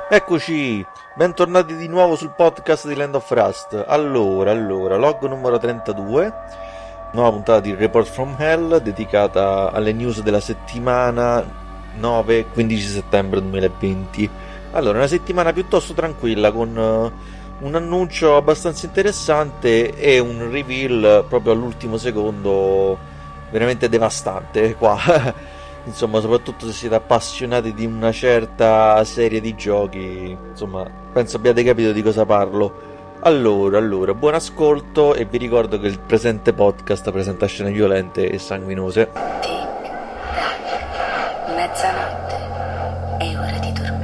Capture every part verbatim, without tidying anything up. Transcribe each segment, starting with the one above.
Eccoci, bentornati di nuovo sul podcast di Land of Rust. Allora, allora, log numero trentadue, nuova puntata di Report from Hell dedicata alle news della settimana nove quindici settembre duemilaventi. Allora, una settimana piuttosto tranquilla con uh, un annuncio abbastanza interessante e un reveal proprio all'ultimo secondo veramente devastante qua. Insomma, soprattutto se siete appassionati di una certa serie di giochi, insomma, penso abbiate capito di cosa parlo. Allora, allora, buon ascolto e vi ricordo che il presente podcast presenta scene violente e sanguinose. Tic tac, mezzanotte, è ora di dormire.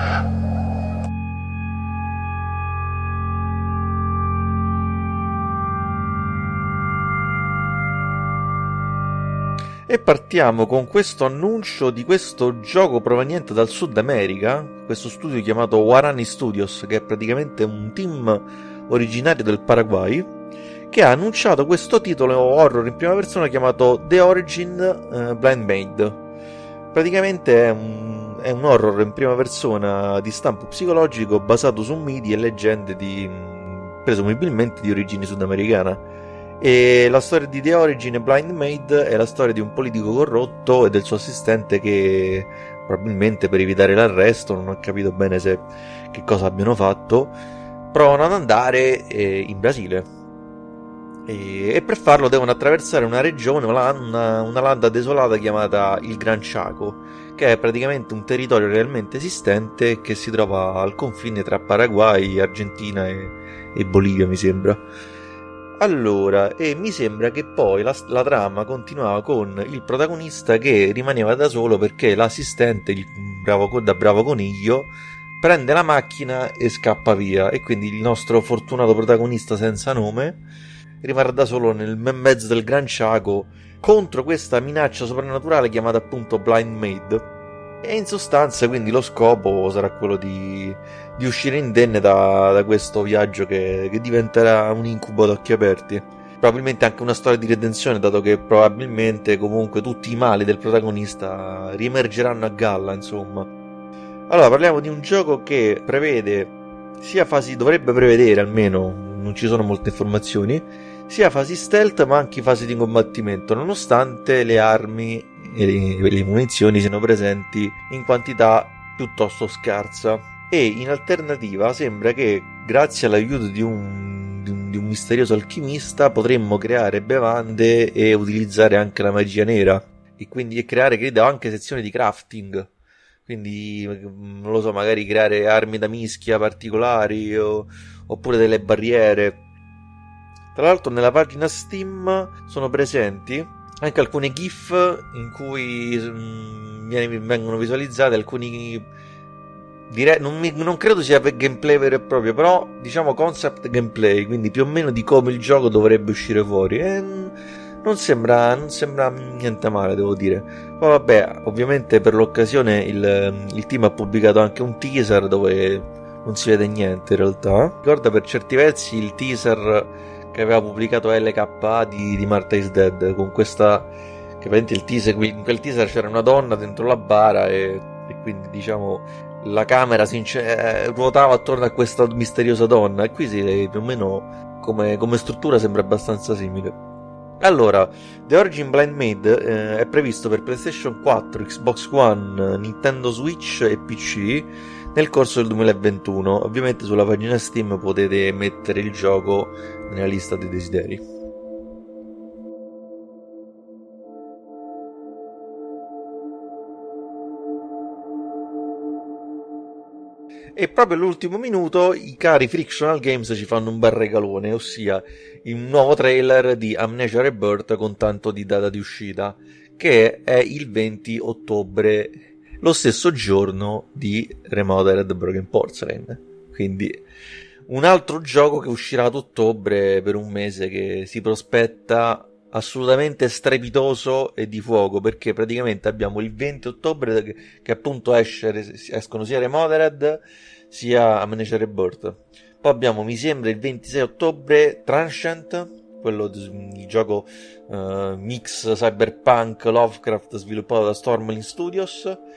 E partiamo con questo annuncio di questo gioco proveniente dal Sud America, questo studio chiamato Warani Studios, che è praticamente un team originario del Paraguay, che ha annunciato questo titolo horror in prima persona chiamato The Origin uh, Blind Maid. Praticamente è un, è un horror in prima persona di stampo psicologico basato su miti e leggende di, presumibilmente di origine sudamericana. E la storia di The Origin Blind Maid è la storia di un politico corrotto e del suo assistente che probabilmente per evitare l'arresto, non ho capito bene se che cosa abbiano fatto, provano ad andare eh, in Brasile e, e per farlo devono attraversare una regione, una, una landa desolata chiamata il Gran Chaco, che è praticamente un territorio realmente esistente che si trova al confine tra Paraguay, Argentina e, e Bolivia, mi sembra. Allora, e mi sembra che poi la, la trama continuava con il protagonista che rimaneva da solo perché l'assistente, il bravo, da bravo coniglio, prende la macchina e scappa via, e quindi il nostro fortunato protagonista senza nome rimarrà da solo nel mezzo del Gran Chaco contro questa minaccia soprannaturale chiamata appunto Blind Maid. E in sostanza quindi lo scopo sarà quello di, di uscire indenne da, da questo viaggio che, che diventerà un incubo ad occhi aperti. Probabilmente anche una storia di redenzione, dato che probabilmente comunque tutti i mali del protagonista riemergeranno a galla, insomma. Allora, parliamo di un gioco che prevede sia fasi, dovrebbe prevedere almeno, non ci sono molte informazioni, sia fasi stealth ma anche fasi di combattimento, nonostante le armi e le munizioni siano presenti in quantità piuttosto scarsa. E in alternativa sembra che grazie all'aiuto di un, di un, di un misterioso alchimista potremmo creare bevande e utilizzare anche la magia nera, e quindi creare, credo, anche sezioni di crafting, quindi non lo so, magari creare armi da mischia particolari o, oppure delle barriere. Tra l'altro nella pagina Steam sono presenti anche alcune GIF in cui mh, vengono visualizzate alcuni, dire, non, mi, non credo sia per gameplay vero e proprio, però diciamo concept gameplay, quindi più o meno di come il gioco dovrebbe uscire fuori, e non sembra, non sembra niente male, devo dire. Poi vabbè, ovviamente per l'occasione il, il team ha pubblicato anche un teaser dove non si vede niente in realtà. Ricorda per certi versi il teaser che aveva pubblicato L K A di, di Martha is Dead, con questa, che veramente il teaser, in quel teaser c'era una donna dentro la bara e, e quindi diciamo la camera si ince- ruotava attorno a questa misteriosa donna, e qui si, più o meno come, come struttura sembra abbastanza simile. Allora, The Origin Blind Maid eh, è previsto per PlayStation quattro, Xbox One, Nintendo Switch e P C nel corso del duemilaventuno. Ovviamente sulla pagina Steam potete mettere il gioco nella lista dei desideri. E proprio all'ultimo minuto i cari Frictional Games ci fanno un bel regalone, ossia il nuovo trailer di Amnesia Rebirth con tanto di data di uscita, che è il venti ottobre, lo stesso giorno di Remodeled Broken Porcelain. Quindi un altro gioco che uscirà ad ottobre per un mese che si prospetta assolutamente strepitoso e di fuoco, perché praticamente abbiamo il venti ottobre che, che appunto esce, escono sia Remodeled sia Amnesia Rebirth. Poi abbiamo, mi sembra, il ventisei ottobre Transcend, quello il gioco uh, mix cyberpunk Lovecraft sviluppato da Stormling Studios.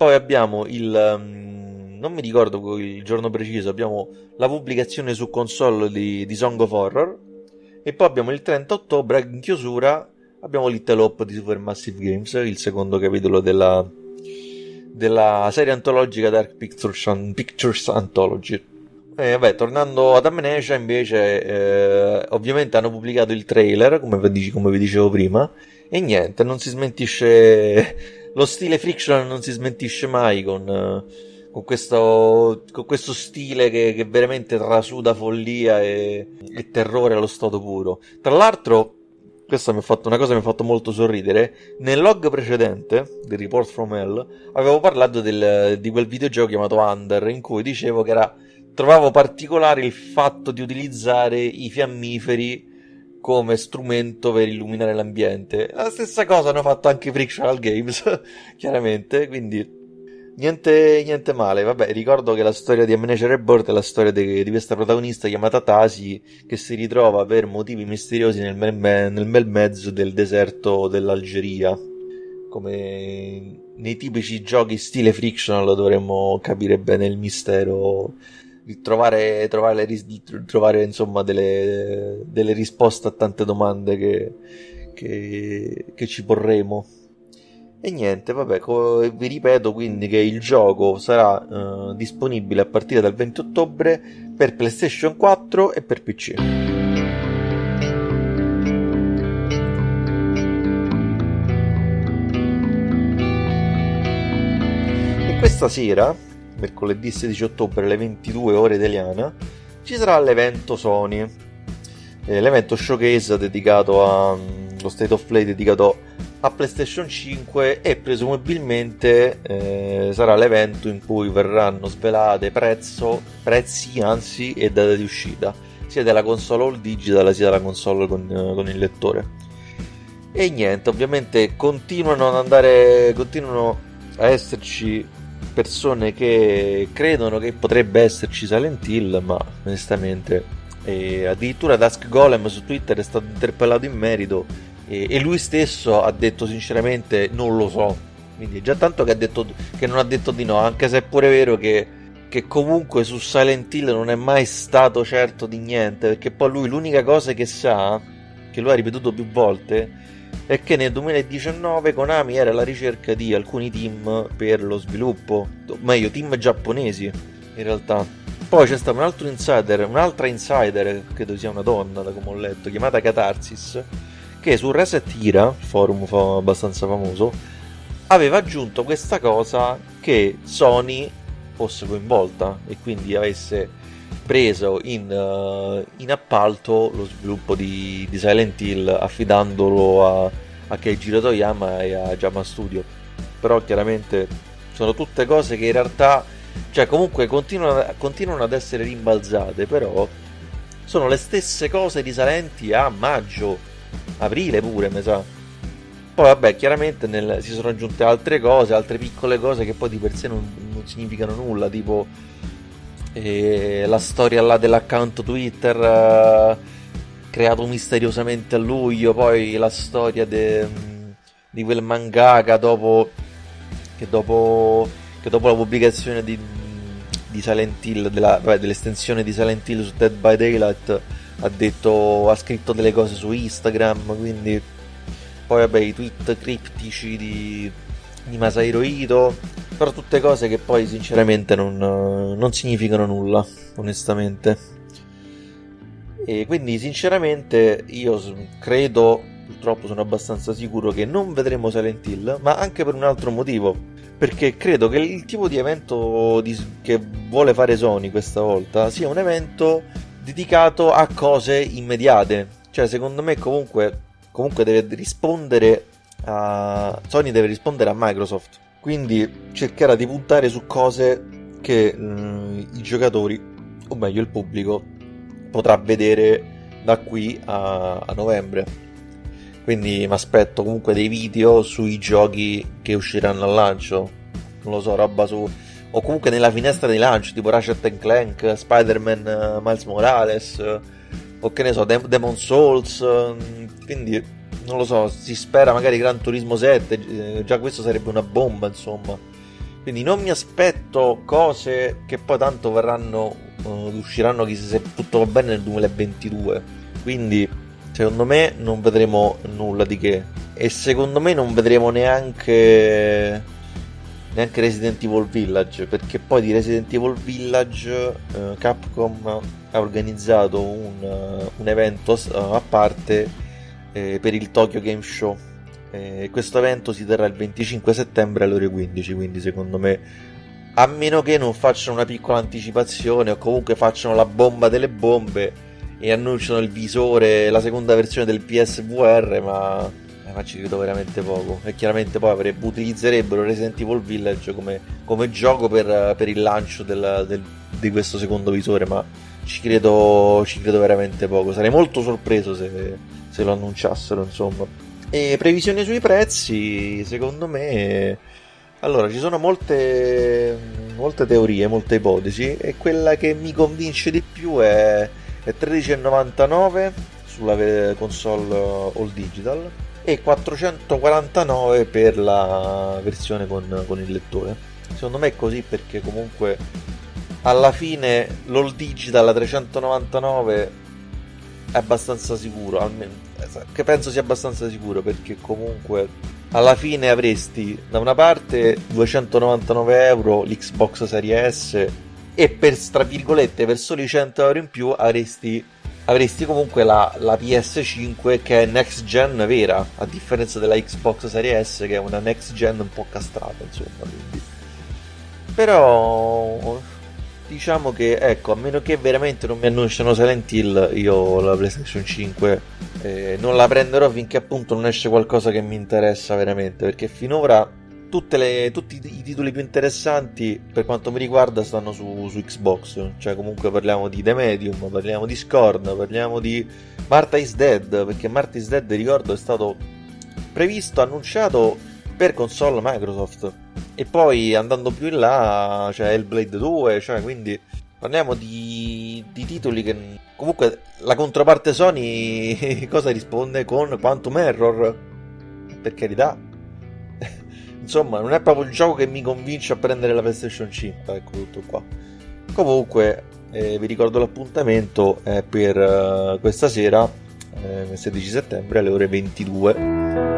poi abbiamo il um, non mi ricordo il giorno preciso, abbiamo la pubblicazione su console di, di Song of Horror, e poi abbiamo il trenta ottobre in chiusura abbiamo Little Hope di Supermassive Games, il secondo capitolo della della serie antologica Dark Pictures, Pictures Anthology. E vabbè, tornando ad Amnesia invece, eh, ovviamente hanno pubblicato il trailer, come vi, come vi dicevo prima, e niente, non si smentisce, lo stile Friction non si smentisce mai con, con, questo, con questo stile che, che veramente trasuda follia e, e terrore allo stato puro. Tra l'altro, questa mi ha fatto una cosa mi ha fatto molto sorridere. Nel log precedente di Report from Hell avevo parlato del, di quel videogioco chiamato Under, in cui dicevo che era trovavo particolare il fatto di utilizzare i fiammiferi come strumento per illuminare l'ambiente. La stessa cosa hanno fatto anche Frictional Games, chiaramente, quindi niente, niente male. Vabbè, ricordo che la storia di Amnesia Reborn è la storia di, di questa protagonista chiamata Tasi, che si ritrova per motivi misteriosi nel bel, nel bel mezzo del deserto dell'Algeria. Come nei tipici giochi stile Frictional dovremmo capire bene il mistero, trovare, trovare, trovare insomma delle, delle risposte a tante domande che, che, che ci porremo. E niente, vabbè, co- vi ripeto quindi che il gioco sarà uh, disponibile a partire dal venti ottobre per PlayStation quattro e per P C. E questa sera, mercoledì sedici ottobre alle ventidue ore italiana, ci sarà l'evento Sony, eh, l'evento showcase dedicato a um, lo State of Play dedicato a PlayStation cinque, e presumibilmente eh, sarà l'evento in cui verranno svelate prezzo, prezzi anzi e data di uscita sia della console all digital sia della console con, con il lettore. E niente, ovviamente continuano ad andare continuano a esserci persone che credono che potrebbe esserci Silent Hill, ma onestamente eh, addirittura Dusk Golem su Twitter è stato interpellato in merito e lui stesso ha detto sinceramente non lo so, quindi già tanto che ha detto che non ha detto di no, anche se è pure vero che, che comunque su Silent Hill non è mai stato certo di niente, perché poi lui l'unica cosa che sa, che lui ha ripetuto più volte, è che nel duemiladiciannove Konami era alla ricerca di alcuni team per lo sviluppo, o meglio team giapponesi in realtà. Poi c'è stato un altro insider, un'altra insider, credo sia una donna da come ho letto, chiamata Catharsis, che su Reset Hira, forum fa- abbastanza famoso, aveva aggiunto questa cosa che Sony fosse coinvolta e quindi avesse preso in, uh, in appalto lo sviluppo di, di Silent Hill, affidandolo a, a Keiji Toyama e a Jama Studio. Però chiaramente sono tutte cose che in realtà, cioè comunque continuano, continuano ad essere rimbalzate, però sono le stesse cose risalenti a maggio, aprile pure, mi sa. Poi vabbè, chiaramente nel, si sono aggiunte altre cose, altre piccole cose che poi di per sé non, non significano nulla, tipo eh, la storia là dell'account Twitter eh, creato misteriosamente a luglio, poi la storia de, di quel mangaka dopo che dopo che dopo la pubblicazione di, di Silent Hill, della, vabbè, dell'estensione di Silent Hill su Dead by Daylight, ha detto, ha scritto delle cose su Instagram, quindi poi vabbè i tweet criptici di, di Masahiro Ito, però tutte cose che poi sinceramente non, non significano nulla, onestamente. E quindi sinceramente io credo, purtroppo sono abbastanza sicuro che non vedremo Silent Hill, ma anche per un altro motivo, perché credo che il tipo di evento di, che vuole fare Sony questa volta sia un evento dedicato a cose immediate. Cioè secondo me comunque comunque deve rispondere a Sony, deve rispondere a Microsoft, quindi cercherà di puntare su cose che mh, i giocatori, o meglio il pubblico, potrà vedere da qui a, a novembre. Quindi mi aspetto comunque dei video sui giochi che usciranno al lancio, non lo so, roba su, o comunque nella finestra di lancio, tipo Ratchet and Clank, Spider-Man, uh, Miles Morales, uh, o che ne so, Dem- Demon Souls, uh, quindi non lo so, si spera magari Gran Turismo sette, eh, già questo sarebbe una bomba, insomma. Quindi non mi aspetto cose che poi tanto verranno, uh, usciranno chissà se tutto va bene nel duemilaventidue. Quindi secondo me non vedremo nulla di che. E secondo me non vedremo neanche neanche Resident Evil Village, perché poi di Resident Evil Village uh, Capcom ha organizzato un, uh, un evento uh, a parte eh, per il Tokyo Game Show. Eh, questo evento si terrà il venticinque settembre alle ore quindici, quindi secondo me, a meno che non facciano una piccola anticipazione o comunque facciano la bomba delle bombe e annunciano il visore, la seconda versione del P S V R, ma, eh, ma ci credo veramente poco. E chiaramente poi avrebbe, utilizzerebbero Resident Evil Village come, come gioco per, per il lancio del, del, di questo secondo visore, ma ci credo, ci credo veramente poco. Sarei molto sorpreso se, se lo annunciassero, insomma. E previsioni sui prezzi, secondo me, allora ci sono molte molte teorie, molte ipotesi, e quella che mi convince di più è, è tredici virgola novantanove sulla console all digital e quattrocentoquarantanove per la versione con, con il lettore. Secondo me è così, perché comunque alla fine l'all digital a trecentonovantanove è abbastanza sicuro, almeno che penso sia abbastanza sicuro, perché comunque alla fine avresti da una parte duecentonovantanove euro l'Xbox Series S e per, tra virgolette, per soli cento euro in più avresti, avresti comunque la, la P S cinque, che è next gen vera, a differenza della Xbox Series S che è una next gen un po' castrata, insomma. Quindi. Però diciamo che, ecco, a meno che veramente non mi annunciano Silent Hill, io la PlayStation cinque eh, non la prenderò finché appunto non esce qualcosa che mi interessa veramente, perché finora tutte le, tutti i titoli più interessanti per quanto mi riguarda stanno su, su Xbox. Cioè comunque parliamo di The Medium, parliamo di Scorn, parliamo di Martha is Dead, perché Martha is Dead, ricordo, è stato previsto, annunciato per console Microsoft, e poi andando più in là c'è cioè Hellblade due, cioè quindi parliamo di, di titoli che comunque la controparte Sony cosa risponde? Con Quantum Error, per carità. Insomma, non è proprio il gioco che mi convince a prendere la PlayStation cinque, ecco, tutto qua. Comunque eh, vi ricordo l'appuntamento è per uh, questa sera, eh, il sedici settembre alle ore ventidue.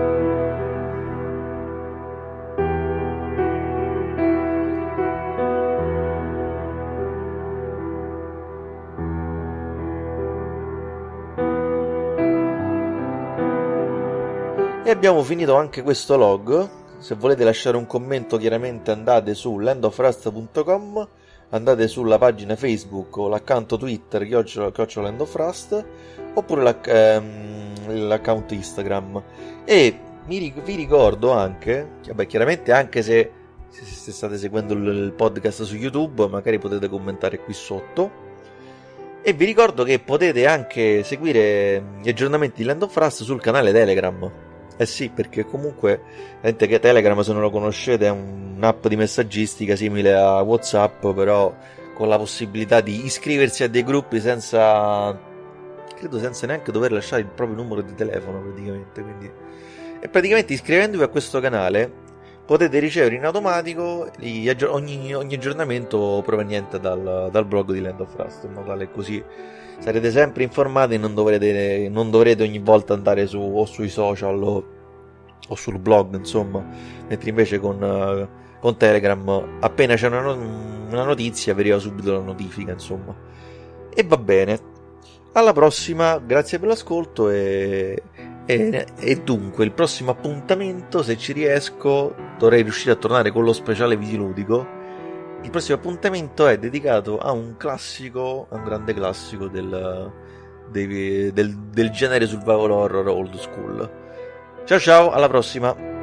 E abbiamo finito anche questo log. Se volete lasciare un commento, chiaramente andate su land of rust punto com, andate sulla pagina Facebook o l'account Twitter chiocciola Land of Rust, oppure l'ac- ehm, l'account Instagram. E mi, vi ricordo anche, vabbè, chiaramente anche se, se state seguendo il podcast su YouTube, magari potete commentare qui sotto. E vi ricordo che potete anche seguire gli aggiornamenti di Land of Rust sul canale Telegram. Eh sì, perché comunque vedete che Telegram, se non lo conoscete, è un'app di messaggistica simile a WhatsApp, però con la possibilità di iscriversi a dei gruppi senza, credo senza neanche dover lasciare il proprio numero di telefono praticamente. Quindi, e praticamente iscrivendovi a questo canale potete ricevere in automatico gli aggi- ogni, ogni aggiornamento proveniente dal, dal blog di Land of Rust, in modo tale così sarete sempre informati e non dovrete, non dovrete ogni volta andare su o sui social o, o sul blog, insomma. Mentre invece con, uh, con Telegram, appena c'è una, una notizia, vi arriva subito la notifica, insomma. E va bene. Alla prossima, grazie per l'ascolto e, e, e dunque il prossimo appuntamento, se ci riesco, dovrei riuscire a tornare con lo speciale Visiludico. Il prossimo appuntamento è dedicato a un classico, a un grande classico del, del, del, del genere survival horror old school. Ciao ciao, alla prossima!